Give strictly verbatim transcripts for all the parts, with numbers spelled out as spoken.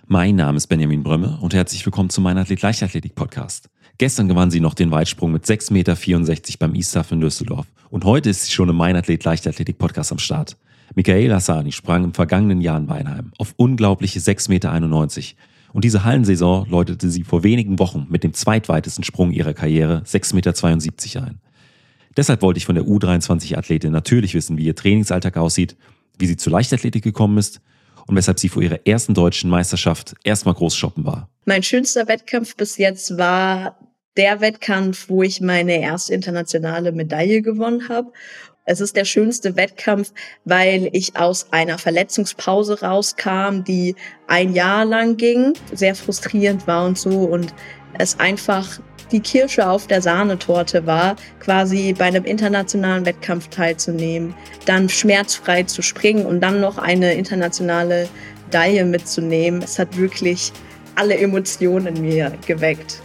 Mein Name ist Benjamin Brömme und herzlich willkommen zu meinem Athlet-Leichtathletik-Podcast. Gestern gewann sie noch den Weitsprung mit sechs Komma vierundsechzig Meter beim ISTAF in Düsseldorf. Und heute ist sie schon im Mein Athlet-Leichtathletik-Podcast am Start. Michaela Hassani sprang im vergangenen Jahr in Weinheim auf unglaubliche sechs Komma einundneunzig Meter. Und diese Hallensaison läutete sie vor wenigen Wochen mit dem zweitweitesten Sprung ihrer Karriere, sechs Komma zweiundsiebzig Meter, ein. Deshalb wollte ich von der U dreiundzwanzig-Athletin natürlich wissen, wie ihr Trainingsalltag aussieht, wie sie zur Leichtathletik gekommen ist und weshalb sie vor ihrer ersten deutschen Meisterschaft erstmal groß shoppen war. Mein schönster Wettkampf bis jetzt war der Wettkampf, wo ich meine erste internationale Medaille gewonnen habe. Es ist der schönste Wettkampf, weil ich aus einer Verletzungspause rauskam, die ein Jahr lang ging, sehr frustrierend war und so, und es einfach die Kirsche auf der Sahnetorte war, quasi bei einem internationalen Wettkampf teilzunehmen, dann schmerzfrei zu springen und dann noch eine internationale Medaille mitzunehmen. Es hat wirklich alle Emotionen in mir geweckt.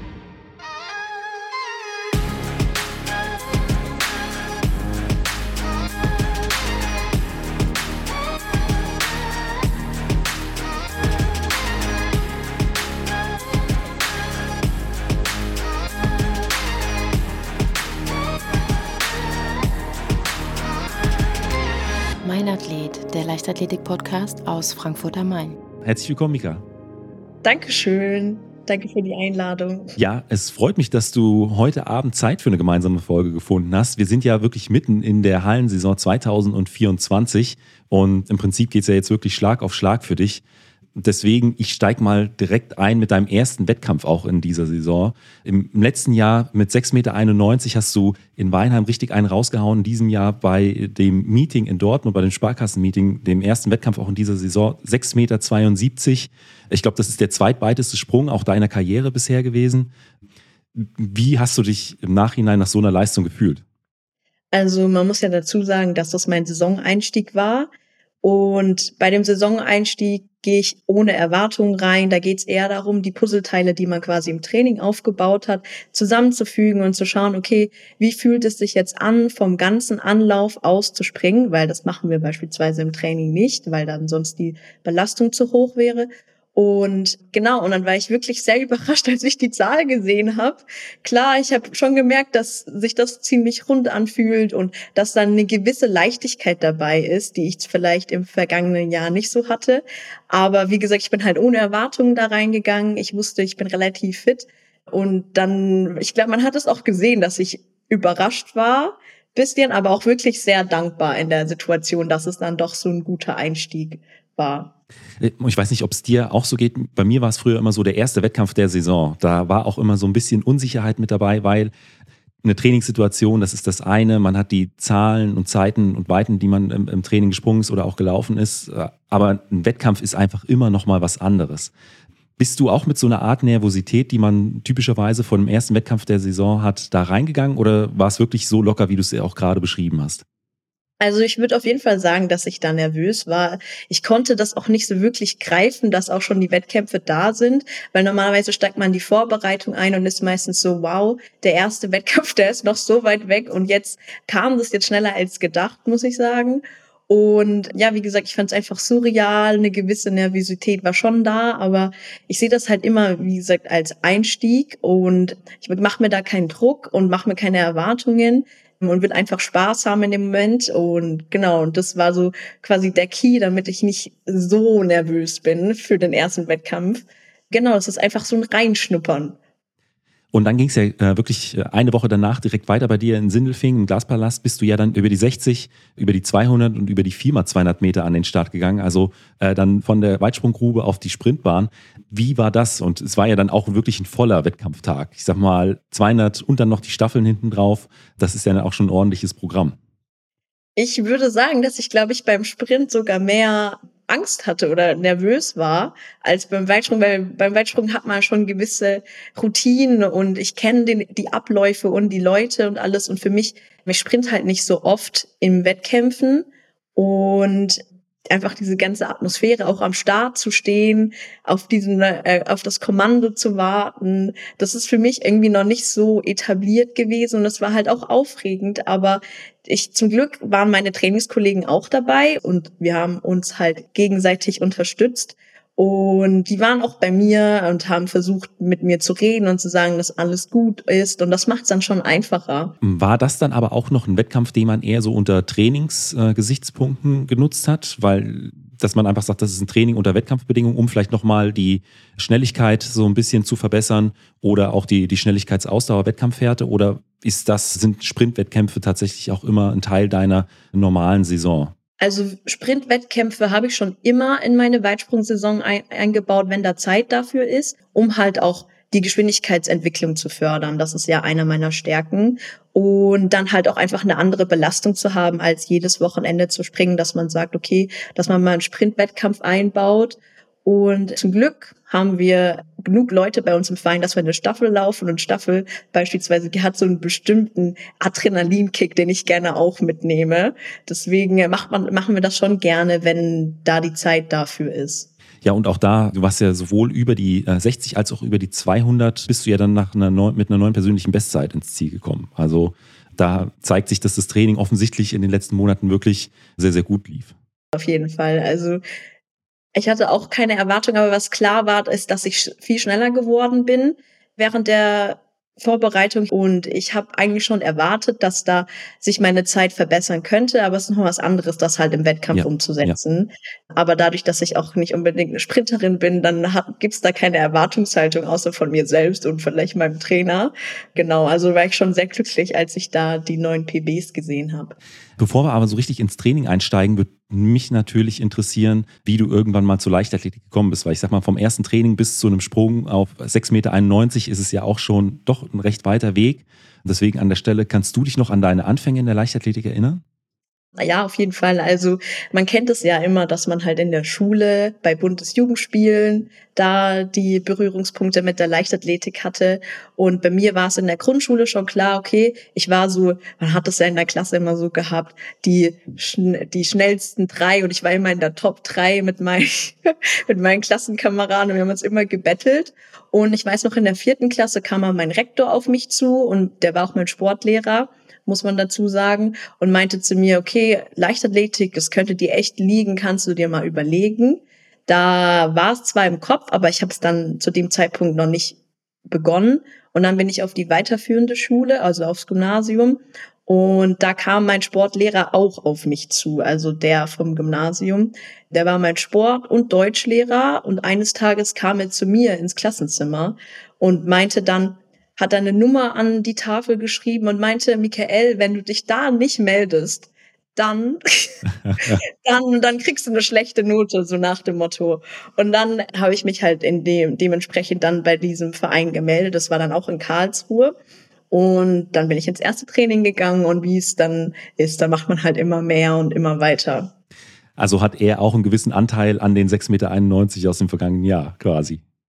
Mein Athlet, der Leichtathletik-Podcast aus Frankfurt am Main. Herzlich willkommen, Mika. Dankeschön. Danke für die Einladung. Ja, es freut mich, dass du heute Abend Zeit für eine gemeinsame Folge gefunden hast. Wir sind ja wirklich mitten in der Hallensaison zwanzig vierundzwanzig und im Prinzip geht es ja jetzt wirklich Schlag auf Schlag für dich. Deswegen, ich steige mal direkt ein mit deinem ersten Wettkampf auch in dieser Saison. Im, im letzten Jahr mit sechs Komma einundneunzig Meter hast du in Weinheim richtig einen rausgehauen. In diesem Jahr bei dem Meeting in Dortmund, bei dem Sparkassen-Meeting, dem ersten Wettkampf auch in dieser Saison, sechs Komma zweiundsiebzig Meter. Ich glaube, das ist der zweitweiteste Sprung auch deiner Karriere bisher gewesen. Wie hast du dich im Nachhinein nach so einer Leistung gefühlt? Also man muss ja dazu sagen, dass das mein Saisoneinstieg war. Und bei dem Saisoneinstieg gehe ich ohne Erwartungen rein. Da geht es eher darum, die Puzzleteile, die man quasi im Training aufgebaut hat, zusammenzufügen und zu schauen, okay, wie fühlt es sich jetzt an, vom ganzen Anlauf aus zu springen, weil das machen wir beispielsweise im Training nicht, weil dann sonst die Belastung zu hoch wäre. Und genau, und dann war ich wirklich sehr überrascht, als ich die Zahl gesehen habe. Klar, ich habe schon gemerkt, dass sich das ziemlich rund anfühlt und dass dann eine gewisse Leichtigkeit dabei ist, die ich vielleicht im vergangenen Jahr nicht so hatte. Aber wie gesagt, ich bin halt ohne Erwartungen da reingegangen. Ich wusste, ich bin relativ fit. Und dann, ich glaube, man hat es auch gesehen, dass ich überrascht war, bisschen, aber auch wirklich sehr dankbar in der Situation, dass es dann doch so ein guter Einstieg war. Ich weiß nicht, ob es dir auch so geht. Bei mir war es früher immer so der erste Wettkampf der Saison. Da war auch immer so ein bisschen Unsicherheit mit dabei, weil eine Trainingssituation, das ist das eine. Man hat die Zahlen und Zeiten und Weiten, die man im, im Training gesprungen ist oder auch gelaufen ist. Aber ein Wettkampf ist einfach immer noch mal was anderes. Bist du auch mit so einer Art Nervosität, die man typischerweise vor dem ersten Wettkampf der Saison hat, da reingegangen? Oder war es wirklich so locker, wie du es ja auch gerade beschrieben hast? Also ich würde auf jeden Fall sagen, dass ich da nervös war. Ich konnte das auch nicht so wirklich greifen, dass auch schon die Wettkämpfe da sind, weil normalerweise steigt man die Vorbereitung ein und ist meistens so, wow, der erste Wettkampf, der ist noch so weit weg und jetzt kam das jetzt schneller als gedacht, muss ich sagen. Und ja, wie gesagt, ich fand es einfach surreal, eine gewisse Nervosität war schon da, aber ich sehe das halt immer, wie gesagt, als Einstieg und ich mache mir da keinen Druck und mache mir keine Erwartungen und will einfach Spaß haben in dem Moment. Und genau, und das war so quasi der Key, damit ich nicht so nervös bin für den ersten Wettkampf. Genau, es ist einfach so ein Reinschnuppern. Und dann ging es ja äh, wirklich eine Woche danach direkt weiter bei dir in Sindelfingen, im Glaspalast, bist du ja dann über die sechzig, über die zweihundert und über die vier mal zweihundert Meter an den Start gegangen, also äh, dann von der Weitsprunggrube auf die Sprintbahn. Wie war das? Und es war ja dann auch wirklich ein voller Wettkampftag. Ich sag mal zweihundert und dann noch die Staffeln hinten drauf. Das ist ja dann auch schon ein ordentliches Programm. Ich würde sagen, dass ich, glaube ich, beim Sprint sogar mehr Angst hatte oder nervös war als beim Weitsprung, weil beim Weitsprung hat man schon gewisse Routinen und ich kenne den, die Abläufe und die Leute und alles und für mich, ich sprint halt nicht so oft in Wettkämpfen und einfach diese ganze Atmosphäre, auch am Start zu stehen, auf diesen, äh, auf das Kommando zu warten, das ist für mich irgendwie noch nicht so etabliert gewesen und das war halt auch aufregend, aber ich, zum Glück waren meine Trainingskollegen auch dabei und wir haben uns halt gegenseitig unterstützt Und die waren auch bei mir und haben versucht, mit mir zu reden und zu sagen, dass alles gut ist. Und das macht es dann schon einfacher. War das dann aber auch noch ein Wettkampf, den man eher so unter Trainingsgesichtspunkten äh, genutzt hat? Weil, dass man einfach sagt, das ist ein Training unter Wettkampfbedingungen, um vielleicht nochmal die Schnelligkeit so ein bisschen zu verbessern oder auch die, die Schnelligkeitsausdauer-Wettkampfwerte? Oder ist das, sind Sprintwettkämpfe tatsächlich auch immer ein Teil deiner normalen Saison? Also Sprintwettkämpfe habe ich schon immer in meine Weitsprungsaison ein, eingebaut, wenn da Zeit dafür ist, um halt auch die Geschwindigkeitsentwicklung zu fördern. Das ist ja einer meiner Stärken. Und dann halt auch einfach eine andere Belastung zu haben, als jedes Wochenende zu springen, dass man sagt, okay, dass man mal einen Sprintwettkampf einbaut. Und zum Glück haben wir genug Leute bei uns im Verein, dass wir eine Staffel laufen. Und Staffel beispielsweise hat so einen bestimmten Adrenalinkick, den ich gerne auch mitnehme. Deswegen macht man, machen wir das schon gerne, wenn da die Zeit dafür ist. Ja, und auch da, du warst ja sowohl über die sechzig als auch über die zweihundert, bist du ja dann nach einer neuen, mit einer neuen persönlichen Bestzeit ins Ziel gekommen. Also da zeigt sich, dass das Training offensichtlich in den letzten Monaten wirklich sehr, sehr gut lief. Auf jeden Fall. Also ich hatte auch keine Erwartung, aber was klar war, ist, dass ich viel schneller geworden bin während der Vorbereitung. Und ich habe eigentlich schon erwartet, dass da sich meine Zeit verbessern könnte, aber es ist noch was anderes, das halt im Wettkampf ja, umzusetzen. Ja. Aber dadurch, dass ich auch nicht unbedingt eine Sprinterin bin, dann gibt's da keine Erwartungshaltung außer von mir selbst und vielleicht meinem Trainer. Genau, also war ich schon sehr glücklich, als ich da die neuen P Bs gesehen habe. Bevor wir aber so richtig ins Training einsteigen, würde mich natürlich interessieren, wie du irgendwann mal zur Leichtathletik gekommen bist. Weil ich sag mal, vom ersten Training bis zu einem Sprung auf sechs Komma einundneunzig Meter ist es ja auch schon doch ein recht weiter Weg. Deswegen an der Stelle, kannst du dich noch an deine Anfänge in der Leichtathletik erinnern? Ja, auf jeden Fall. Also man kennt es ja immer, dass man halt in der Schule bei Bundesjugendspielen da die Berührungspunkte mit der Leichtathletik hatte. Und bei mir war es in der Grundschule schon klar, okay, ich war so, man hat es ja in der Klasse immer so gehabt, die die schnellsten drei und ich war immer in der Top drei mit meinen mit meinen Klassenkameraden und wir haben uns immer gebettelt. Und ich weiß noch, in der vierten Klasse kam mal mein Rektor auf mich zu und der war auch mein Sportlehrer, muss man dazu sagen, und meinte zu mir, okay, Leichtathletik, das könnte dir echt liegen, kannst du dir mal überlegen. Da war es zwar im Kopf, aber ich habe es dann zu dem Zeitpunkt noch nicht begonnen. Und dann bin ich auf die weiterführende Schule, also aufs Gymnasium. Und da kam mein Sportlehrer auch auf mich zu, also der vom Gymnasium. Der war mein Sport- und Deutschlehrer und eines Tages kam er zu mir ins Klassenzimmer und meinte dann, hat eine Nummer an die Tafel geschrieben und meinte, Michael, wenn du dich da nicht meldest, dann, dann, dann kriegst du eine schlechte Note, so nach dem Motto. Und dann habe ich mich halt in dem, dementsprechend dann bei diesem Verein gemeldet. Das war dann auch in Karlsruhe. Und dann bin ich ins erste Training gegangen und wie es dann ist, da macht man halt immer mehr und immer weiter. Also hat er auch einen gewissen Anteil an den sechs Komma einundneunzig Meter aus dem vergangenen Jahr quasi.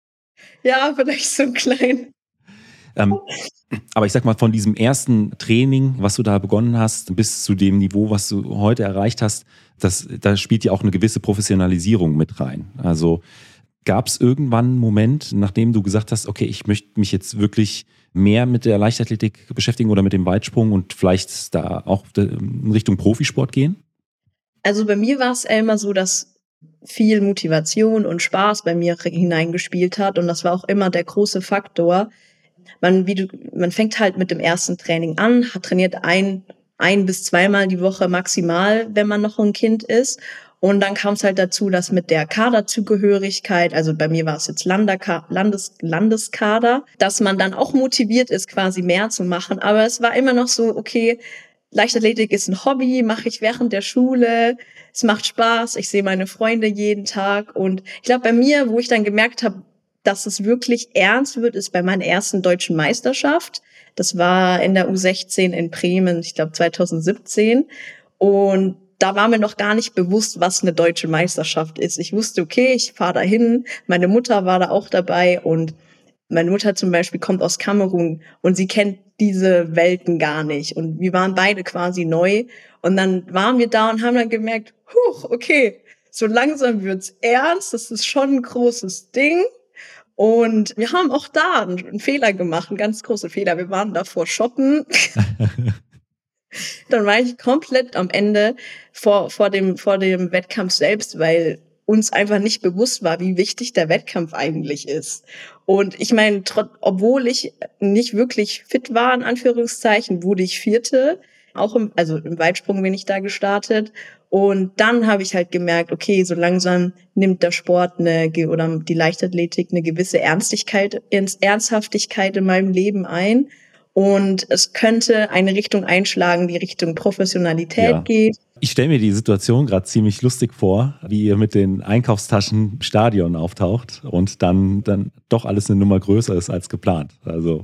Ja, vielleicht so klein. Ähm, aber ich sag mal, von diesem ersten Training, was du da begonnen hast, bis zu dem Niveau, was du heute erreicht hast, das, da spielt ja auch eine gewisse Professionalisierung mit rein. Also gab es irgendwann einen Moment, nachdem du gesagt hast, okay, ich möchte mich jetzt wirklich mehr mit der Leichtathletik beschäftigen oder mit dem Weitsprung und vielleicht da auch in Richtung Profisport gehen? Also bei mir war es immer so, dass viel Motivation und Spaß bei mir hineingespielt hat und das war auch immer der große Faktor. Man, wie du, man fängt halt mit dem ersten Training an, hat trainiert ein, ein bis zweimal die Woche maximal, wenn man noch ein Kind ist. Und dann kam es halt dazu, dass mit der Kaderzugehörigkeit, also bei mir war es jetzt Landaka- Landes, Landeskader, dass man dann auch motiviert ist, quasi mehr zu machen. Aber es war immer noch so, okay, Leichtathletik ist ein Hobby, mache ich während der Schule, es macht Spaß, ich sehe meine Freunde jeden Tag. Und ich glaube, bei mir, wo ich dann gemerkt habe, dass es wirklich ernst wird, ist bei meiner ersten deutschen Meisterschaft. Das war in der U sechzehn in Bremen, ich glaube zwanzig siebzehn. Und da war mir noch gar nicht bewusst, was eine deutsche Meisterschaft ist. Ich wusste, okay, ich fahre dahin. Meine Mutter war da auch dabei und meine Mutter zum Beispiel kommt aus Kamerun und sie kennt diese Welten gar nicht. Und wir waren beide quasi neu. Und dann waren wir da und haben dann gemerkt, huch, okay, so langsam wird's ernst. Das ist schon ein großes Ding. Und wir haben auch da einen Fehler gemacht, einen ganz großen Fehler. Wir waren davor shoppen. Dann war ich komplett am Ende vor, vor dem, vor dem Wettkampf selbst, weil uns einfach nicht bewusst war, wie wichtig der Wettkampf eigentlich ist. Und ich meine, trot- obwohl ich nicht wirklich fit war, in Anführungszeichen, wurde ich Vierte. Auch im, also im Weitsprung bin ich da gestartet. Und dann habe ich halt gemerkt, okay, so langsam nimmt der Sport eine, ge- oder die Leichtathletik eine gewisse Ernstigkeit, Ernst- Ernsthaftigkeit in meinem Leben ein. Und es könnte eine Richtung einschlagen, die Richtung Professionalität Ja. geht. Ich stelle mir die Situation gerade ziemlich lustig vor, wie ihr mit den Einkaufstaschen im Stadion auftaucht und dann, dann doch alles eine Nummer größer ist als geplant. Also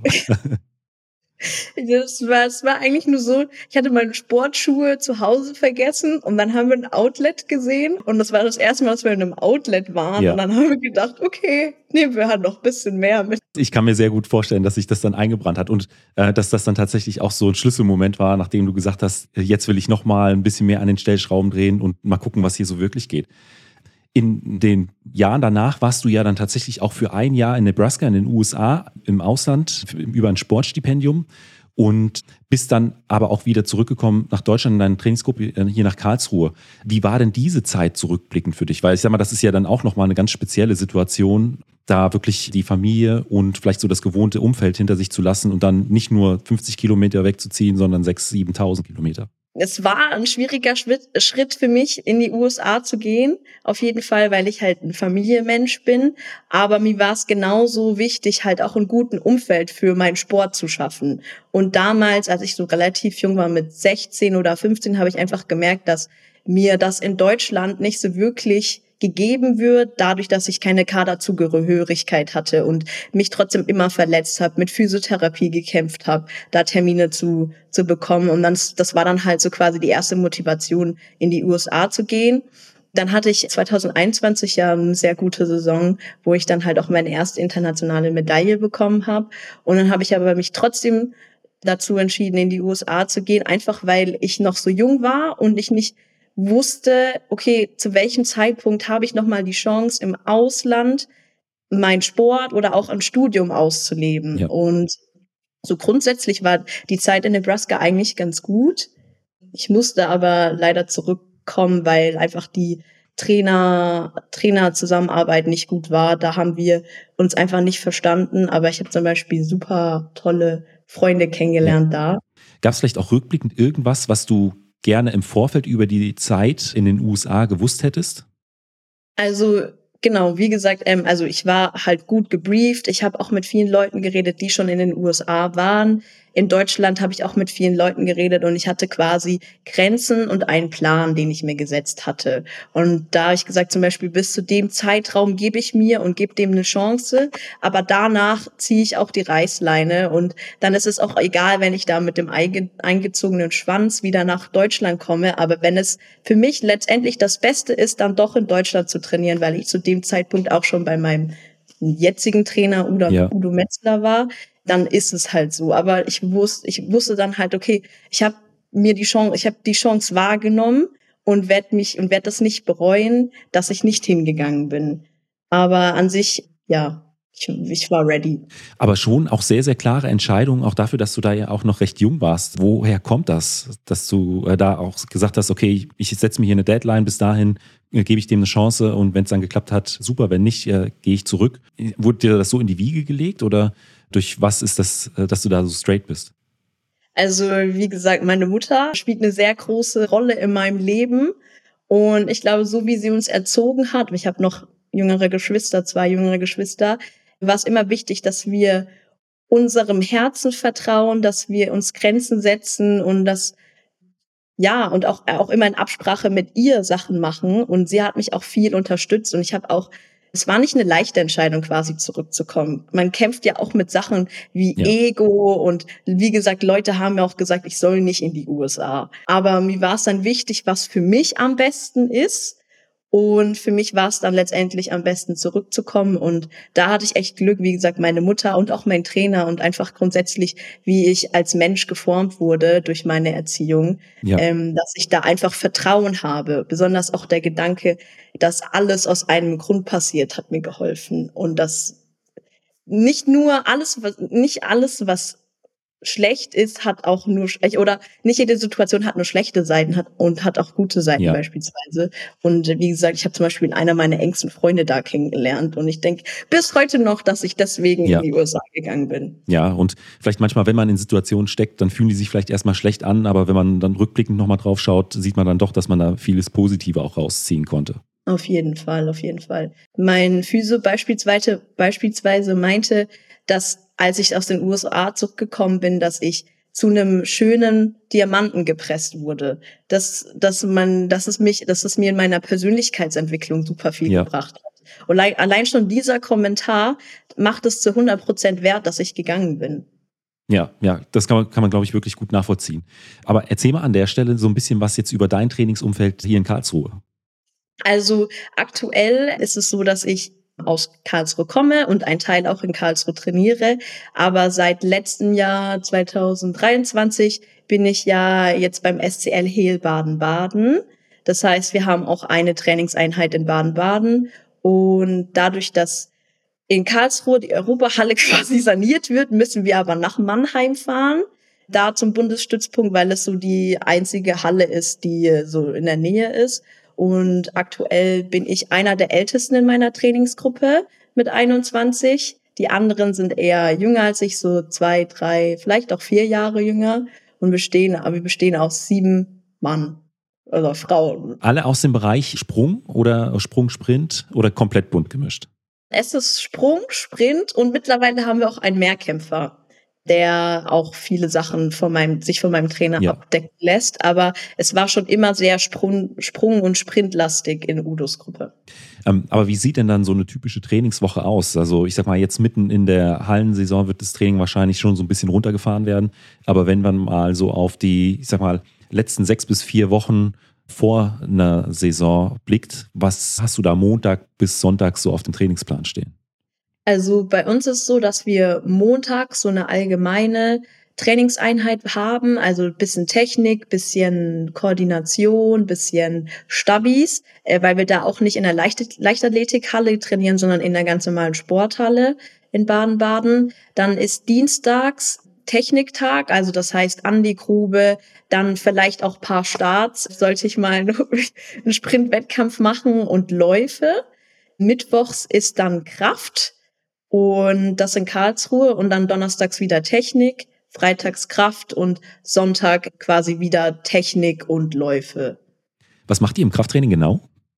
Das war, es war eigentlich nur so, ich hatte meine Sportschuhe zu Hause vergessen und dann haben wir ein Outlet gesehen und das war das erste Mal, dass wir in einem Outlet waren Ja. und dann haben wir gedacht, okay, nehmen wir halt noch ein bisschen mehr mit. ich kann mir sehr gut vorstellen, dass sich das dann eingebrannt hat und äh, dass das dann tatsächlich auch so ein Schlüsselmoment war, nachdem du gesagt hast, äh, jetzt will ich noch mal ein bisschen mehr an den Stellschrauben drehen und mal gucken, was hier so wirklich geht. In den Jahren danach warst du ja dann tatsächlich auch für ein Jahr in Nebraska in den U S A im Ausland f- über ein Sportstipendium und bist dann aber auch wieder zurückgekommen nach Deutschland in deine Trainingsgruppe äh, hier nach Karlsruhe. Wie war denn diese Zeit zurückblickend für dich? Weil ich sag mal, das ist ja dann auch nochmal eine ganz spezielle Situation, da wirklich die Familie und vielleicht so das gewohnte Umfeld hinter sich zu lassen und dann nicht nur fünfzig Kilometer wegzuziehen, sondern sechstausend, siebentausend Kilometer. Es war ein schwieriger Schritt, Schritt für mich, in die U S A zu gehen. Auf jeden Fall, weil ich halt ein Familienmensch bin. Aber mir war es genauso wichtig, halt auch ein guten Umfeld für meinen Sport zu schaffen. Und damals, als ich so relativ jung war, mit sechzehn oder fünfzehn, habe ich einfach gemerkt, dass mir das in Deutschland nicht so wirklich gegeben wird, dadurch, dass ich keine Kaderzugehörigkeit hatte und mich trotzdem immer verletzt habe, mit Physiotherapie gekämpft habe, da Termine zu zu bekommen. Und dann, das war dann halt so quasi die erste Motivation, in die U S A zu gehen. Dann hatte ich zwanzig einundzwanzig ja eine sehr gute Saison, wo ich dann halt auch meine erste internationale Medaille bekommen habe. Und dann habe ich aber mich trotzdem dazu entschieden, in die U S A zu gehen, einfach weil ich noch so jung war und ich nicht wusste, okay, zu welchem Zeitpunkt habe ich nochmal die Chance, im Ausland meinen Sport oder auch ein Studium auszuleben. Ja. Und so grundsätzlich war die Zeit in Nebraska eigentlich ganz gut. Ich musste aber leider zurückkommen, weil einfach die Trainer, Trainerzusammenarbeit nicht gut war. Da haben wir uns einfach nicht verstanden. Aber ich habe zum Beispiel super tolle Freunde kennengelernt da. Gab es vielleicht auch rückblickend irgendwas, was du gerne im Vorfeld über die Zeit in den U S A gewusst hättest? Also genau, wie gesagt, ähm, also ich war halt gut gebrieft. Ich habe auch mit vielen Leuten geredet, die schon in den U S A waren. In Deutschland habe ich auch mit vielen Leuten geredet und ich hatte quasi Grenzen und einen Plan, den ich mir gesetzt hatte. Und da habe ich gesagt, zum Beispiel bis zu dem Zeitraum gebe ich mir und gebe dem eine Chance, aber danach ziehe ich auch die Reißleine und dann ist es auch egal, wenn ich da mit dem einge- eingezogenen Schwanz wieder nach Deutschland komme, aber wenn es für mich letztendlich das Beste ist, dann doch in Deutschland zu trainieren, weil ich zu dem Zeitpunkt auch schon bei meinem jetzigen Trainer Udo, Ja. Udo Metzler war, dann ist es halt so. Aber ich wusste, ich wusste dann halt, okay, ich habe mir die Chance, ich habe die Chance wahrgenommen und werde mich und werde das nicht bereuen, dass ich nicht hingegangen bin. Aber an sich, ja, ich, ich war ready. Aber schon auch sehr, sehr klare Entscheidungen, auch dafür, dass du da ja auch noch recht jung warst. Woher kommt das, dass du äh, da auch gesagt hast, okay, ich setze mir hier eine Deadline, bis dahin äh, gebe ich dem eine Chance und wenn es dann geklappt hat, super, wenn nicht, äh, gehe ich zurück. Wurde dir das so in die Wiege gelegt oder durch was ist das, äh, dass du da so straight bist? Also, wie gesagt, meine Mutter spielt eine sehr große Rolle in meinem Leben. Und ich glaube, so wie sie uns erzogen hat, ich habe noch jüngere Geschwister, zwei jüngere Geschwister, war es immer wichtig, dass wir unserem Herzen vertrauen, dass wir uns Grenzen setzen und das, ja, und auch, auch immer in Absprache mit ihr Sachen machen. Und sie hat mich auch viel unterstützt und ich habe auch, es war nicht eine leichte Entscheidung, quasi zurückzukommen. Man kämpft ja auch mit Sachen wie Ja. Ego und wie gesagt, Leute haben mir auch gesagt, ich soll nicht in die U S A. Aber mir war es dann wichtig, was für mich am besten ist. Und für mich war es dann letztendlich am besten zurückzukommen. Und da hatte ich echt Glück, wie gesagt, meine Mutter und auch mein Trainer und einfach grundsätzlich, wie ich als Mensch geformt wurde durch meine Erziehung, Ja. ähm, dass ich da einfach Vertrauen habe. Besonders auch der Gedanke, dass alles aus einem Grund passiert, hat mir geholfen. Und dass nicht nur alles, was, nicht alles, was schlecht ist, hat auch nur, oder nicht jede Situation hat nur schlechte Seiten hat und hat auch gute Seiten ja. beispielsweise. Und wie gesagt, ich habe zum Beispiel einer meiner engsten Freunde da kennengelernt und ich denke bis heute noch, dass ich deswegen ja. in die U S A gegangen bin. Ja, und vielleicht manchmal, wenn man in Situationen steckt, dann fühlen die sich vielleicht erstmal schlecht an, aber wenn man dann rückblickend nochmal drauf schaut, sieht man dann doch, dass man da vieles Positive auch rausziehen konnte. Auf jeden Fall, auf jeden Fall. Mein Physio beispielsweise, beispielsweise meinte, dass als ich aus den U S A zurückgekommen bin, dass ich zu einem schönen Diamanten gepresst wurde. Dass, dass man, dass es mich, dass es mir in meiner Persönlichkeitsentwicklung super viel ja. gebracht hat. Und allein schon dieser Kommentar macht es zu hundert Prozent wert, dass ich gegangen bin. Ja, ja, das kann man, kann man, glaube ich, wirklich gut nachvollziehen. Aber erzähl mal an der Stelle so ein bisschen was jetzt über dein Trainingsumfeld hier in Karlsruhe. Also aktuell ist es so, dass ich aus Karlsruhe komme und ein Teil auch in Karlsruhe trainiere. Aber seit letztem Jahr zwanzig dreiundzwanzig bin ich ja jetzt beim S C L Hehl Baden-Baden. Das heißt, wir haben auch eine Trainingseinheit in Baden-Baden. Und dadurch, dass in Karlsruhe die Europahalle quasi saniert wird, müssen wir aber nach Mannheim fahren. Da zum Bundesstützpunkt, weil es so die einzige Halle ist, die so in der Nähe ist. Und aktuell bin ich einer der Ältesten in meiner Trainingsgruppe mit einundzwanzig. Die anderen sind eher jünger als ich, so zwei, drei, vielleicht auch vier Jahre jünger. Und bestehen, aber wir bestehen aus sieben Mann oder Frauen. Alle aus dem Bereich Sprung oder Sprung, Sprint oder komplett bunt gemischt? Es ist Sprung, Sprint und mittlerweile haben wir auch einen Mehrkämpfer, der auch viele Sachen von meinem, sich von meinem Trainer ja. abdecken lässt. Aber es war schon immer sehr Sprung, Sprung- und Sprintlastig in Udos Gruppe. Ähm, aber wie sieht denn dann so eine typische Trainingswoche aus? Also ich sag mal, jetzt mitten in der Hallensaison wird das Training wahrscheinlich schon so ein bisschen runtergefahren werden. Aber wenn man mal so auf die, ich sag mal, letzten sechs bis vier Wochen vor einer Saison blickt, was hast du da Montag bis Sonntag so auf dem Trainingsplan stehen? Also bei uns ist es so, dass wir montags so eine allgemeine Trainingseinheit haben, also ein bisschen Technik, bisschen Koordination, bisschen Stabis, äh, weil wir da auch nicht in der Leicht- Leichtathletikhalle trainieren, sondern in der ganz normalen Sporthalle in Baden-Baden. Dann ist dienstags Techniktag, also das heißt an die Grube, dann vielleicht auch paar Starts, sollte ich mal einen Sprintwettkampf machen und Läufe. Mittwochs ist dann Kraft. Und das in Karlsruhe und dann donnerstags wieder Technik, freitags Kraft und Sonntag quasi wieder Technik und Läufe. Was macht ihr im Krafttraining genau?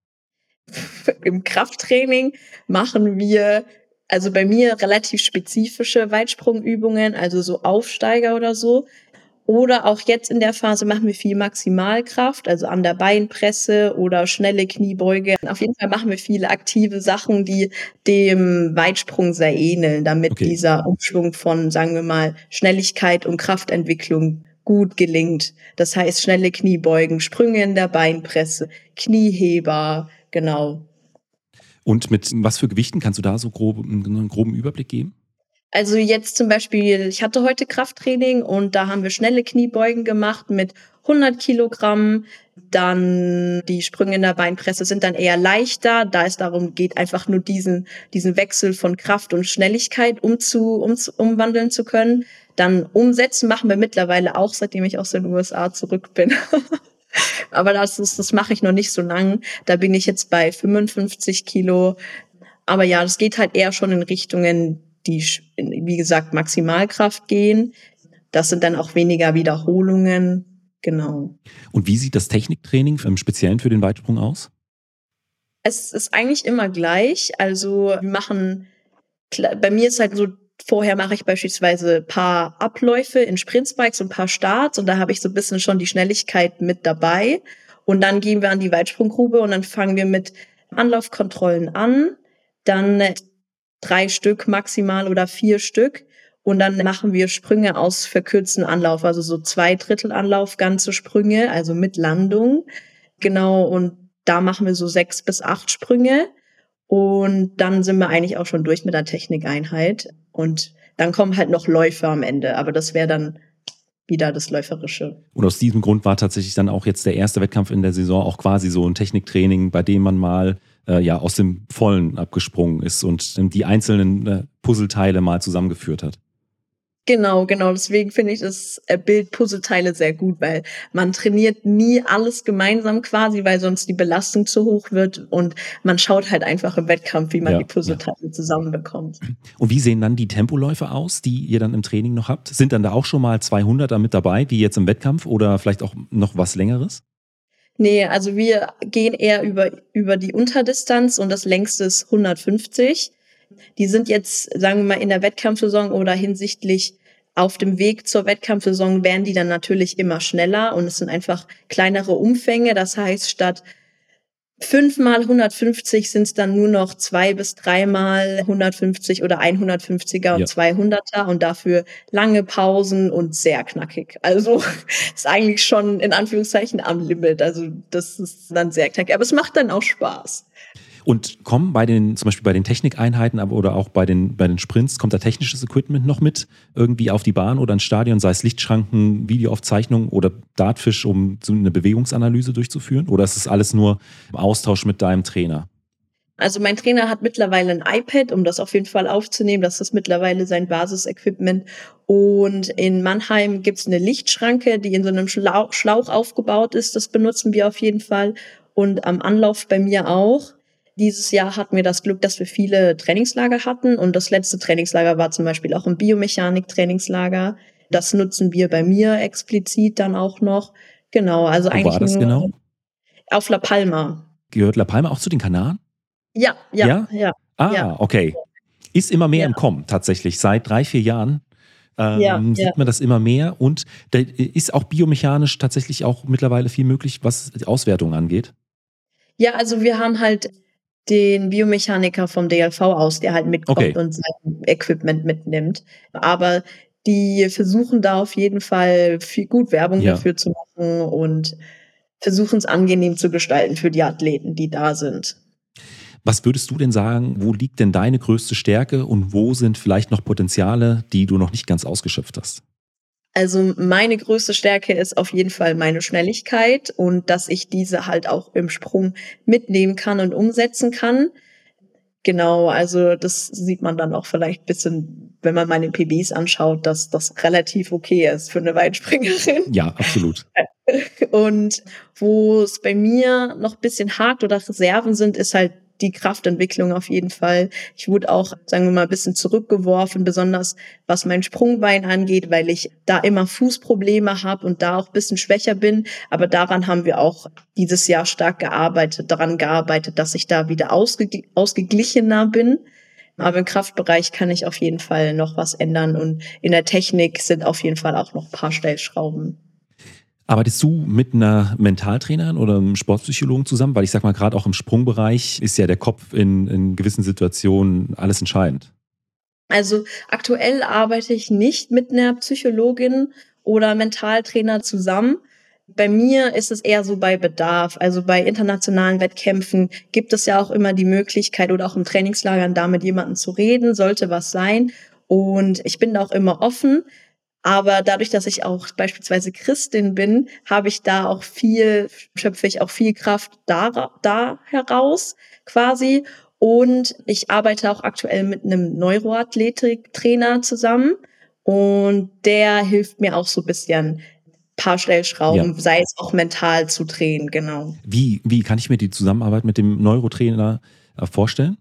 Im Krafttraining machen wir, also bei mir relativ spezifische Weitsprungübungen, also so Aufsteiger oder so. Oder auch jetzt in der Phase machen wir viel Maximalkraft, also an der Beinpresse oder schnelle Kniebeuge. Auf jeden Fall machen wir viele aktive Sachen, die dem Weitsprung sehr ähneln, damit okay. dieser Umschwung von, sagen wir mal, Schnelligkeit und Kraftentwicklung gut gelingt. Das heißt, schnelle Kniebeugen, Sprünge in der Beinpresse, Knieheber, genau. Und mit was für Gewichten kannst du da so grob, einen groben Überblick geben? Also jetzt zum Beispiel, ich hatte heute Krafttraining und da haben wir schnelle Kniebeugen gemacht mit hundert Kilogramm. Dann die Sprünge in der Beinpresse sind dann eher leichter, da es darum geht, einfach nur diesen diesen Wechsel von Kraft und Schnelligkeit umzu, um, umwandeln zu können. Dann Umsetzen machen wir mittlerweile auch, seitdem ich aus den U S A zurück bin. Aber das ist, das mache ich noch nicht so lang. Da bin ich jetzt bei fünfundfünfzig Kilo. Aber ja, das geht halt eher schon in Richtungen, die, wie gesagt, Maximalkraft gehen. Das sind dann auch weniger Wiederholungen. Genau. Und wie sieht das Techniktraining im Speziellen für den Weitsprung aus? Es ist eigentlich immer gleich. Also wir machen, bei mir ist halt so, vorher mache ich beispielsweise ein paar Abläufe in Sprintspikes und ein paar Starts und da habe ich so ein bisschen schon die Schnelligkeit mit dabei. Und dann gehen wir an die Weitsprunggrube und dann fangen wir mit Anlaufkontrollen an. Dann drei Stück maximal oder vier Stück. Und dann machen wir Sprünge aus verkürzten Anlauf, also so zwei Drittel Anlauf, ganze Sprünge, also mit Landung. Genau, und da machen wir so sechs bis acht Sprünge. Und dann sind wir eigentlich auch schon durch mit der Technikeinheit. Und dann kommen halt noch Läufe am Ende, aber das wäre dann wieder das Läuferische. Und aus diesem Grund war tatsächlich dann auch jetzt der erste Wettkampf in der Saison auch quasi so ein Techniktraining, bei dem man mal äh, ja aus dem Vollen abgesprungen ist und die einzelnen äh, Puzzleteile mal zusammengeführt hat. Genau, genau. Deswegen finde ich das äh, Bild Puzzleteile sehr gut, weil man trainiert nie alles gemeinsam quasi, weil sonst die Belastung zu hoch wird und man schaut halt einfach im Wettkampf, wie man Ja, die Puzzleteile zusammenbekommt. Und wie sehen dann die Tempoläufe aus, die ihr dann im Training noch habt? Sind dann da auch schon mal zweihunderter mit dabei, wie jetzt im Wettkampf oder vielleicht auch noch was Längeres? Nee, also wir gehen eher über, über die Unterdistanz und das längste ist hundertfünfzig. Die sind jetzt, sagen wir mal, in der Wettkampfsaison oder hinsichtlich auf dem Weg zur Wettkampfsaison werden die dann natürlich immer schneller und es sind einfach kleinere Umfänge. Das heißt, statt fünfmal hundertfünfzig sind es dann nur noch zwei bis dreimal hundertfünfzig oder hundertfünfziger und Ja. zweihunderter und dafür lange Pausen und sehr knackig. Also ist eigentlich schon in Anführungszeichen am Limit. Also das ist dann sehr knackig. Aber es macht dann auch Spaß. Und kommen bei den, zum Beispiel bei den Technikeinheiten aber oder auch bei den, bei den Sprints, kommt da technisches Equipment noch mit irgendwie auf die Bahn oder ins Stadion, sei es Lichtschranken, Videoaufzeichnung oder Dartfisch, um so eine Bewegungsanalyse durchzuführen? Oder ist es alles nur im Austausch mit deinem Trainer? Also mein Trainer hat mittlerweile ein iPad, um das auf jeden Fall aufzunehmen. Das ist mittlerweile sein Basisequipment. Und in Mannheim gibt's eine Lichtschranke, die in so einem Schlauch, Schlauch aufgebaut ist. Das benutzen wir auf jeden Fall. Und am Anlauf bei mir auch. Dieses Jahr hatten wir das Glück, dass wir viele Trainingslager hatten. Und das letzte Trainingslager war zum Beispiel auch ein Biomechanik-Trainingslager. Das nutzen wir bei mir explizit dann auch noch. Genau, also Wo eigentlich war das nur genau? auf La Palma. Gehört La Palma auch zu den Kanaren? Ja, ja, Ja? ja. Ah, ja. okay. Ist immer mehr Ja. im Kommen, tatsächlich. Seit drei, vier Jahren ähm, Ja, sieht ja. man das immer mehr. Und da ist auch biomechanisch tatsächlich auch mittlerweile viel möglich, was die Auswertung angeht. Ja, also wir haben halt den Biomechaniker vom D L V aus, der halt mitkommt Okay. und sein Equipment mitnimmt. Aber die versuchen da auf jeden Fall viel gut Werbung Ja. dafür zu machen und versuchen es angenehm zu gestalten für die Athleten, die da sind. Was würdest du denn sagen, wo liegt denn deine größte Stärke und wo sind vielleicht noch Potenziale, die du noch nicht ganz ausgeschöpft hast? Also meine größte Stärke ist auf jeden Fall meine Schnelligkeit und dass ich diese halt auch im Sprung mitnehmen kann und umsetzen kann. Genau, also das sieht man dann auch vielleicht ein bisschen, wenn man meine P Bs anschaut, dass das relativ okay ist für eine Weitspringerin. Ja, absolut. Und wo es bei mir noch ein bisschen hakt oder Reserven sind, ist halt die Kraftentwicklung auf jeden Fall. Ich wurde auch, sagen wir mal, ein bisschen zurückgeworfen, besonders was mein Sprungbein angeht, weil ich da immer Fußprobleme habe und da auch ein bisschen schwächer bin. Aber daran haben wir auch dieses Jahr stark gearbeitet, daran gearbeitet, dass ich da wieder ausge- ausgeglichener bin. Aber im Kraftbereich kann ich auf jeden Fall noch was ändern und in der Technik sind auf jeden Fall auch noch ein paar Stellschrauben. Arbeitest du mit einer Mentaltrainerin oder einem Sportpsychologen zusammen? Weil ich sag mal, gerade auch im Sprungbereich ist ja der Kopf in, in gewissen Situationen alles entscheidend. Also aktuell arbeite ich nicht mit einer Psychologin oder Mentaltrainer zusammen. Bei mir ist es eher so bei Bedarf. Also bei internationalen Wettkämpfen gibt es ja auch immer die Möglichkeit oder auch im Trainingslagern da mit jemandem zu reden, sollte was sein. Und ich bin da auch immer offen. Aber dadurch, dass ich auch beispielsweise Christin bin, habe ich da auch viel, schöpfe ich auch viel Kraft da, da heraus quasi. Und ich arbeite auch aktuell mit einem Neuroathletik-Trainer zusammen. Und der hilft mir auch so ein bisschen, paar Stellschrauben, Ja. sei es auch mental zu drehen, genau. Wie, wie kann ich mir die Zusammenarbeit mit dem Neurotrainer äh, vorstellen?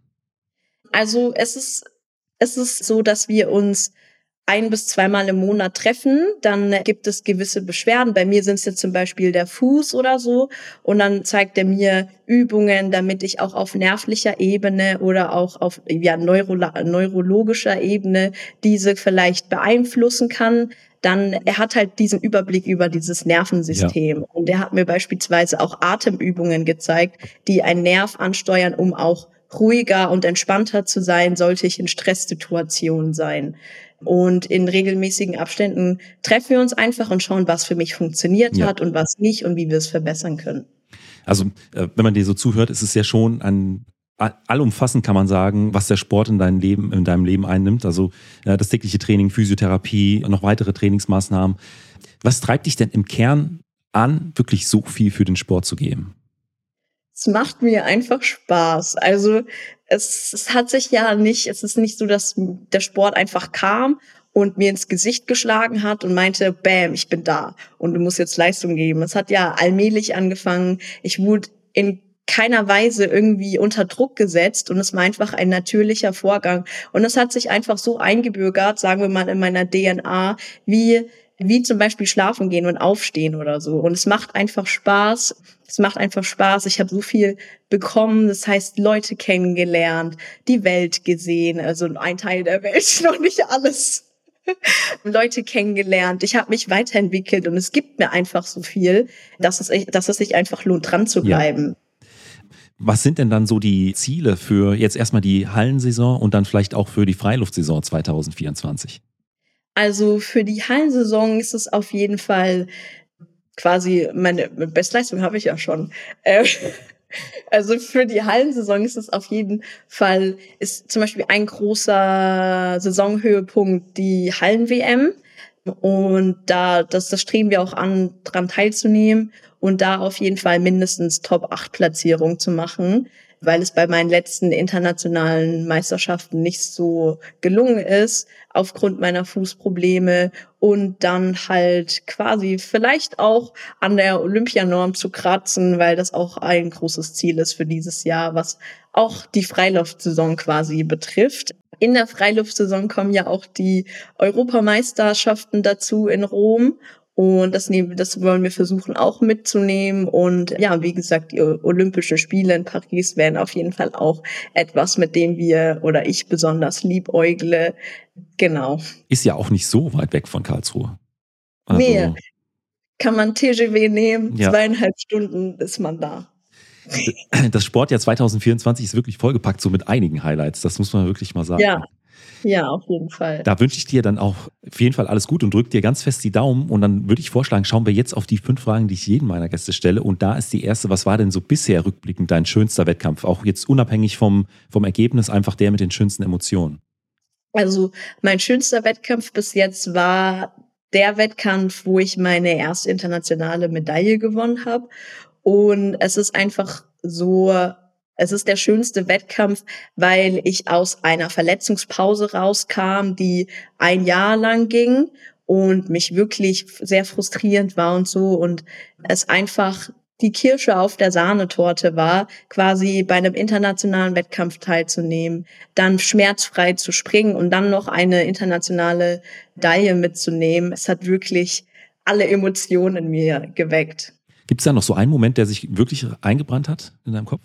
Also es ist, es ist so, dass wir uns ein bis zweimal im Monat treffen, dann gibt es gewisse Beschwerden. Bei mir sind es jetzt zum Beispiel der Fuß oder so. Und dann zeigt er mir Übungen, damit ich auch auf nervlicher Ebene oder auch auf ja, neuro- neurologischer Ebene diese vielleicht beeinflussen kann. Dann, er hat halt diesen Überblick über dieses Nervensystem. Ja. Und er hat mir beispielsweise auch Atemübungen gezeigt, die einen Nerv ansteuern, um auch ruhiger und entspannter zu sein, sollte ich in Stresssituationen sein. Und in regelmäßigen Abständen treffen wir uns einfach und schauen, was für mich funktioniert ja. hat und was nicht und wie wir es verbessern können. Also, äh, wenn man dir so zuhört, ist es ja schon ein allumfassend, kann man sagen, was der Sport in deinem Leben, in deinem Leben einnimmt. Also äh, das tägliche Training, Physiotherapie, noch weitere Trainingsmaßnahmen. Was treibt dich denn im Kern an, wirklich so viel für den Sport zu geben? Es macht mir einfach Spaß. Also es, es hat sich ja nicht, es ist nicht so, dass der Sport einfach kam und mir ins Gesicht geschlagen hat und meinte, bam, ich bin da und du musst jetzt Leistung geben. Es hat ja allmählich angefangen. Ich wurde in keiner Weise irgendwie unter Druck gesetzt und es war einfach ein natürlicher Vorgang. Und es hat sich einfach so eingebürgert, sagen wir mal in meiner D N A, wie wie zum Beispiel schlafen gehen und aufstehen oder so. Und es macht einfach Spaß. Es macht einfach Spaß. Ich habe so viel bekommen. Das heißt, Leute kennengelernt, die Welt gesehen. Also ein Teil der Welt, noch nicht alles. Leute kennengelernt. Ich habe mich weiterentwickelt und es gibt mir einfach so viel, dass es, dass es sich einfach lohnt, dran zu bleiben. Ja. Was sind denn dann so die Ziele für jetzt erstmal die Hallensaison und dann vielleicht auch für die Freiluftsaison zwanzig vierundzwanzig? Also für die Hallensaison ist es auf jeden Fall quasi, meine Bestleistung habe ich ja schon. Äh, also für die Hallensaison ist es auf jeden Fall, ist zum Beispiel ein großer Saisonhöhepunkt die Hallen-W M. Und da, das, das streben wir auch an, dran teilzunehmen und da auf jeden Fall mindestens Top acht Platzierung zu machen, weil es bei meinen letzten internationalen Meisterschaften nicht so gelungen ist, aufgrund meiner Fußprobleme und dann halt quasi vielleicht auch an der Olympianorm zu kratzen, weil das auch ein großes Ziel ist für dieses Jahr, was auch die Freiluftsaison quasi betrifft. In der Freiluftsaison kommen ja auch die Europameisterschaften dazu in Rom. Und das nehmen, das wollen wir versuchen auch mitzunehmen. Und ja, wie gesagt, die Olympischen Spiele in Paris wären auf jeden Fall auch etwas, mit dem wir oder ich besonders liebäugle. Genau. Ist ja auch nicht so weit weg von Karlsruhe. Also, nee, kann man T G V nehmen, ja. zweieinhalb Stunden ist man da. Das Sportjahr zwanzig vierundzwanzig ist wirklich vollgepackt, so mit einigen Highlights. Das muss man wirklich mal sagen. Ja. Ja, auf jeden Fall. Da wünsche ich dir dann auch auf jeden Fall alles gut und drück dir ganz fest die Daumen. Und dann würde ich vorschlagen, schauen wir jetzt auf die fünf Fragen, die ich jedem meiner Gäste stelle. Und da ist die erste: Was war denn so bisher rückblickend dein schönster Wettkampf? Auch jetzt unabhängig vom, vom Ergebnis, einfach der mit den schönsten Emotionen. Also mein schönster Wettkampf bis jetzt war der Wettkampf, wo ich meine erste internationale Medaille gewonnen habe. Und es ist einfach so... Es ist der schönste Wettkampf, weil ich aus einer Verletzungspause rauskam, die ein Jahr lang ging und mich wirklich sehr frustrierend war und so. Und es einfach die Kirsche auf der Sahnetorte war, quasi bei einem internationalen Wettkampf teilzunehmen, dann schmerzfrei zu springen und dann noch eine internationale Medaille mitzunehmen. Es hat wirklich alle Emotionen in mir geweckt. Gibt es da noch so einen Moment, der sich wirklich eingebrannt hat in deinem Kopf?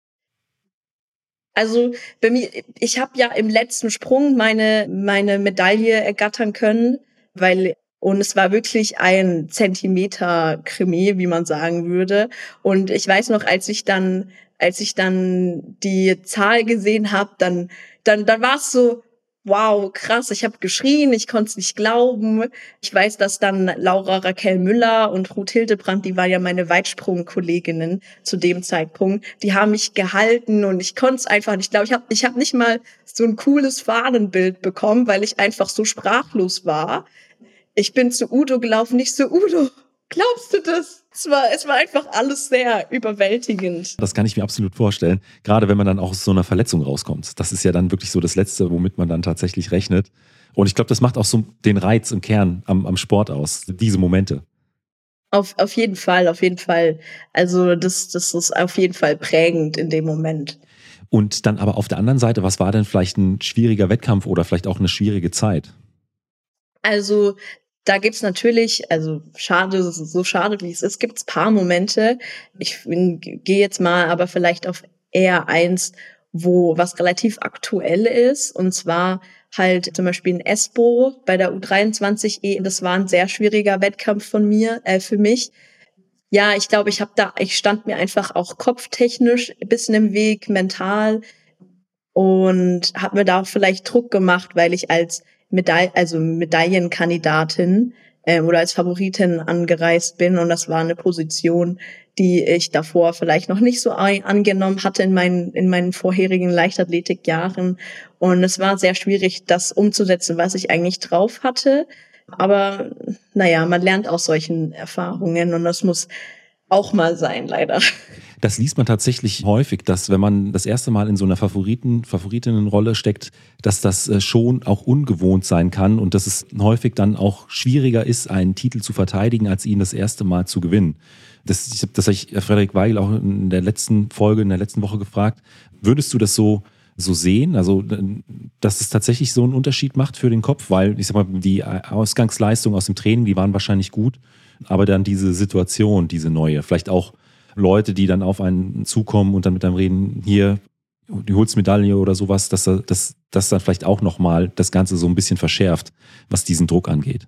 Also bei mir, ich habe ja im letzten Sprung meine meine Medaille ergattern können, weil und es war wirklich ein Zentimeter Krimi, wie man sagen würde. Und ich weiß noch, als ich dann als ich dann die Zahl gesehen habe, dann dann dann war es so, wow, krass, ich habe geschrien, ich konnte es nicht glauben. Ich weiß, dass dann Laura Raquel Müller und Ruth Hildebrand, die waren ja meine Weitsprung-Kolleginnen zu dem Zeitpunkt, die haben mich gehalten und ich konnte es einfach nicht. Ich glaube, ich habe ich hab nicht mal so ein cooles Fahnenbild bekommen, weil ich einfach so sprachlos war. Ich bin zu Udo gelaufen, nicht so, Udo, glaubst du das? Es war, es war einfach alles sehr überwältigend. Das kann ich mir absolut vorstellen. Gerade wenn man dann auch aus so einer Verletzung rauskommt. Das ist ja dann wirklich so das Letzte, womit man dann tatsächlich rechnet. Und ich glaube, das macht auch so den Reiz im Kern am, am Sport aus, diese Momente. Auf, auf jeden Fall, auf jeden Fall. Also das, das ist auf jeden Fall prägend in dem Moment. Und dann aber auf der anderen Seite, was war denn vielleicht ein schwieriger Wettkampf oder vielleicht auch eine schwierige Zeit? Also da gibt's natürlich, also schade, so schade wie es ist, gibt's paar Momente. Ich gehe jetzt mal aber vielleicht auf eher eins, wo was relativ aktuell ist. Und zwar halt zum Beispiel in Espoo bei der U dreiundzwanzig E. Das war ein sehr schwieriger Wettkampf von mir, äh, für mich. Ja, ich glaube, ich habe da, ich stand mir einfach auch kopftechnisch ein bisschen im Weg, mental. Und habe mir da auch vielleicht Druck gemacht, weil ich als Medaille, also Medaillenkandidatin äh, oder als Favoritin angereist bin und das war eine Position, die ich davor vielleicht noch nicht so angenommen hatte in meinen in meinen vorherigen Leichtathletikjahren und es war sehr schwierig, das umzusetzen, was ich eigentlich drauf hatte. Aber naja, man lernt aus solchen Erfahrungen und das muss auch mal sein, leider. Das liest man tatsächlich häufig, dass wenn man das erste Mal in so einer Favoriten, Favoritinnenrolle steckt, dass das äh, schon auch ungewohnt sein kann und dass es häufig dann auch schwieriger ist, einen Titel zu verteidigen, als ihn das erste Mal zu gewinnen. Das, ich habe das hab ich Frederik Weigel auch in der letzten Folge, in der letzten Woche gefragt. Würdest du das so so sehen, also dass es tatsächlich so einen Unterschied macht für den Kopf, weil ich sag mal, die Ausgangsleistungen aus dem Training, die waren wahrscheinlich gut, aber dann diese Situation, diese neue, vielleicht auch Leute, die dann auf einen zukommen und dann mit einem reden, hier, du holst Medaille oder sowas, dass das, das dann vielleicht auch nochmal das Ganze so ein bisschen verschärft, was diesen Druck angeht.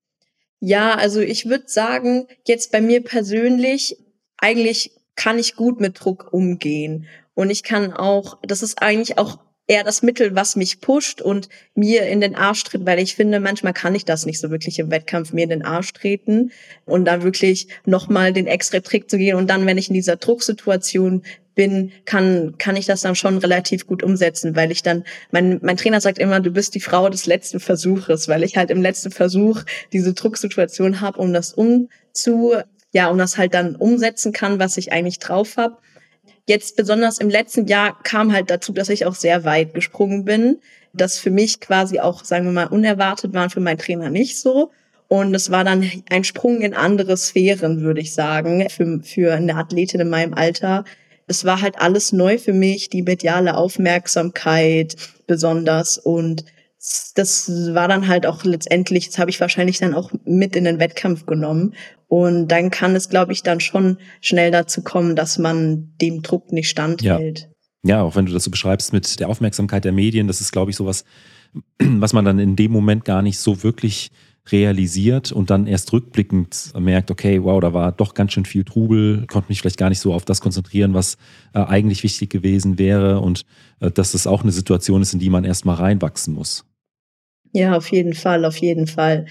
Ja, also ich würde sagen, jetzt bei mir persönlich, eigentlich kann ich gut mit Druck umgehen. Und ich kann auch, das ist eigentlich auch eher das Mittel, was mich pusht und mir in den Arsch tritt, weil ich finde, manchmal kann ich das nicht so wirklich im Wettkampf, mir in den Arsch treten und dann wirklich nochmal den extra Trick zu gehen. Und dann, wenn ich in dieser Drucksituation bin, kann kann ich das dann schon relativ gut umsetzen, weil ich dann, mein mein Trainer sagt immer, du bist die Frau des letzten Versuches, weil ich halt im letzten Versuch diese Drucksituation habe, um das umzu, ja, um das halt dann umsetzen kann, was ich eigentlich drauf habe. Jetzt besonders im letzten Jahr kam halt dazu, dass ich auch sehr weit gesprungen bin. Das für mich quasi auch, sagen wir mal, unerwartet war, für meinen Trainer nicht so. Und es war dann ein Sprung in andere Sphären, würde ich sagen, für, für eine Athletin in meinem Alter. Es war halt alles neu für mich, die mediale Aufmerksamkeit besonders. Und das war dann halt auch letztendlich, das habe ich wahrscheinlich dann auch mit in den Wettkampf genommen. Und dann kann es, glaube ich, dann schon schnell dazu kommen, dass man dem Druck nicht standhält. Ja. Ja, auch wenn du das so beschreibst mit der Aufmerksamkeit der Medien, das ist, glaube ich, sowas, was man dann in dem Moment gar nicht so wirklich realisiert und dann erst rückblickend merkt, okay, wow, da war doch ganz schön viel Trubel, konnte mich vielleicht gar nicht so auf das konzentrieren, was äh, eigentlich wichtig gewesen wäre und äh, dass das auch eine Situation ist, in die man erst mal reinwachsen muss. Ja, auf jeden Fall, auf jeden Fall.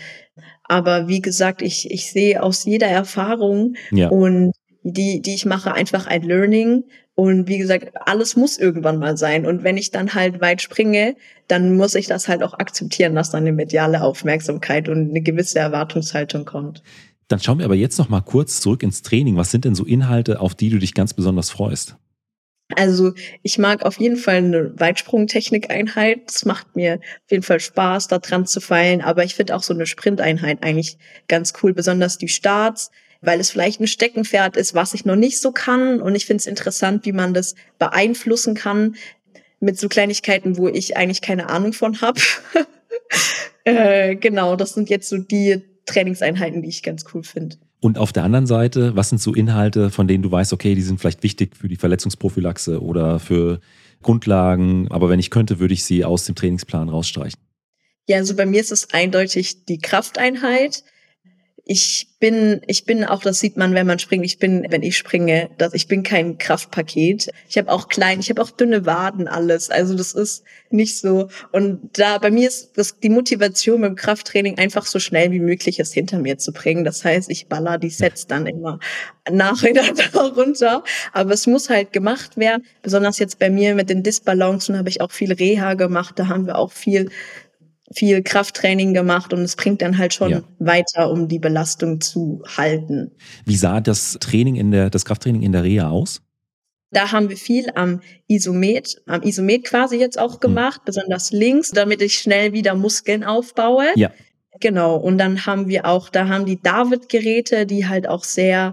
Aber wie gesagt, ich ich sehe aus jeder Erfahrung Ja. und die die ich mache, einfach ein Learning. Und wie gesagt, alles muss irgendwann mal sein. Und wenn ich dann halt weit springe, dann muss ich das halt auch akzeptieren, dass dann eine mediale Aufmerksamkeit und eine gewisse Erwartungshaltung kommt. Dann schauen wir aber jetzt noch mal kurz zurück ins Training. Was sind denn so Inhalte, auf die du dich ganz besonders freust? Also ich mag auf jeden Fall eine Weitsprung-Technikeinheit. Das macht mir auf jeden Fall Spaß, da dran zu feilen. Aber ich finde auch so eine Sprinteinheit eigentlich ganz cool, besonders die Starts, weil es vielleicht ein Steckenpferd ist, was ich noch nicht so kann. Und ich finde es interessant, wie man das beeinflussen kann mit so Kleinigkeiten, wo ich eigentlich keine Ahnung von habe. äh, genau, das sind jetzt so die Trainingseinheiten, die ich ganz cool finde. Und auf der anderen Seite, was sind so Inhalte, von denen du weißt, okay, die sind vielleicht wichtig für die Verletzungsprophylaxe oder für Grundlagen, aber wenn ich könnte, würde ich sie aus dem Trainingsplan rausstreichen? Ja, also bei mir ist es eindeutig die Krafteinheit. Ich bin, ich bin auch, das sieht man, wenn man springt, ich bin, wenn ich springe, dass ich bin kein Kraftpaket. Ich habe auch klein, ich habe auch dünne Waden, alles. Also das ist nicht so. Und da bei mir ist das die Motivation beim Krafttraining einfach so schnell wie möglich es hinter mir zu bringen. Das heißt, ich baller die Sets dann immer nacheinander runter. Aber es muss halt gemacht werden. Besonders jetzt bei mir mit den Disbalancen habe ich auch viel Reha gemacht. Da haben wir auch viel viel Krafttraining gemacht und es bringt dann halt schon Ja. weiter, um die Belastung zu halten. Wie sah das Training in der, das Krafttraining in der Reha aus? Da haben wir viel am Isomet, am Isomet quasi jetzt auch gemacht, hm. besonders links, damit ich schnell wieder Muskeln aufbaue. Ja. Genau. Und dann haben wir auch, da haben die David-Geräte, die halt auch sehr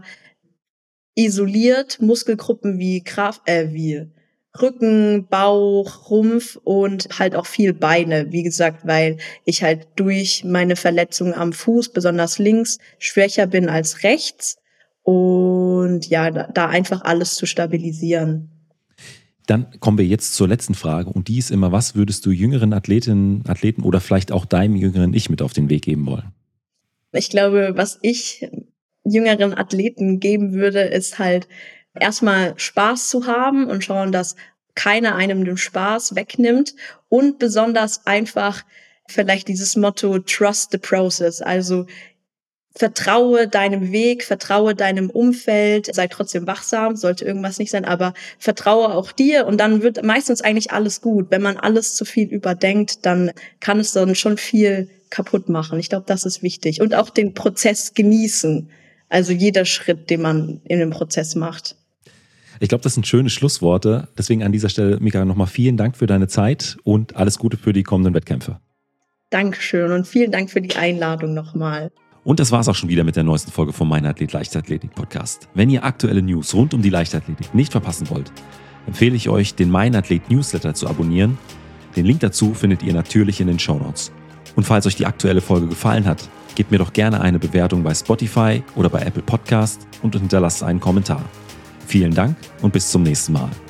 isoliert Muskelgruppen wie Kraft, äh, wie Rücken, Bauch, Rumpf und halt auch viel Beine, wie gesagt, weil ich halt durch meine Verletzung am Fuß, besonders links, schwächer bin als rechts und ja, da, da einfach alles zu stabilisieren. Dann kommen wir jetzt zur letzten Frage und die ist immer, was würdest du jüngeren Athletinnen, Athleten oder vielleicht auch deinem jüngeren Ich mit auf den Weg geben wollen? Ich glaube, was ich jüngeren Athleten geben würde, ist halt erstmal Spaß zu haben und schauen, dass keiner einem den Spaß wegnimmt und besonders einfach vielleicht dieses Motto Trust the process, also vertraue deinem Weg, vertraue deinem Umfeld, sei trotzdem wachsam, sollte irgendwas nicht sein, aber vertraue auch dir und dann wird meistens eigentlich alles gut. Wenn man alles zu viel überdenkt, dann kann es dann schon viel kaputt machen. Ich glaube, das ist wichtig. Und auch den Prozess genießen, also jeder Schritt, den man in dem Prozess macht. Ich glaube, das sind schöne Schlussworte. Deswegen an dieser Stelle, Mika, nochmal vielen Dank für deine Zeit und alles Gute für die kommenden Wettkämpfe. Dankeschön und vielen Dank für die Einladung nochmal. Und das war's auch schon wieder mit der neuesten Folge vom Mein Athlet Leichtathletik Podcast. Wenn ihr aktuelle News rund um die Leichtathletik nicht verpassen wollt, empfehle ich euch, den Mein Athlet Newsletter zu abonnieren. Den Link dazu findet ihr natürlich in den Shownotes. Und falls euch die aktuelle Folge gefallen hat, gebt mir doch gerne eine Bewertung bei Spotify oder bei Apple Podcast und hinterlasst einen Kommentar. Vielen Dank und bis zum nächsten Mal.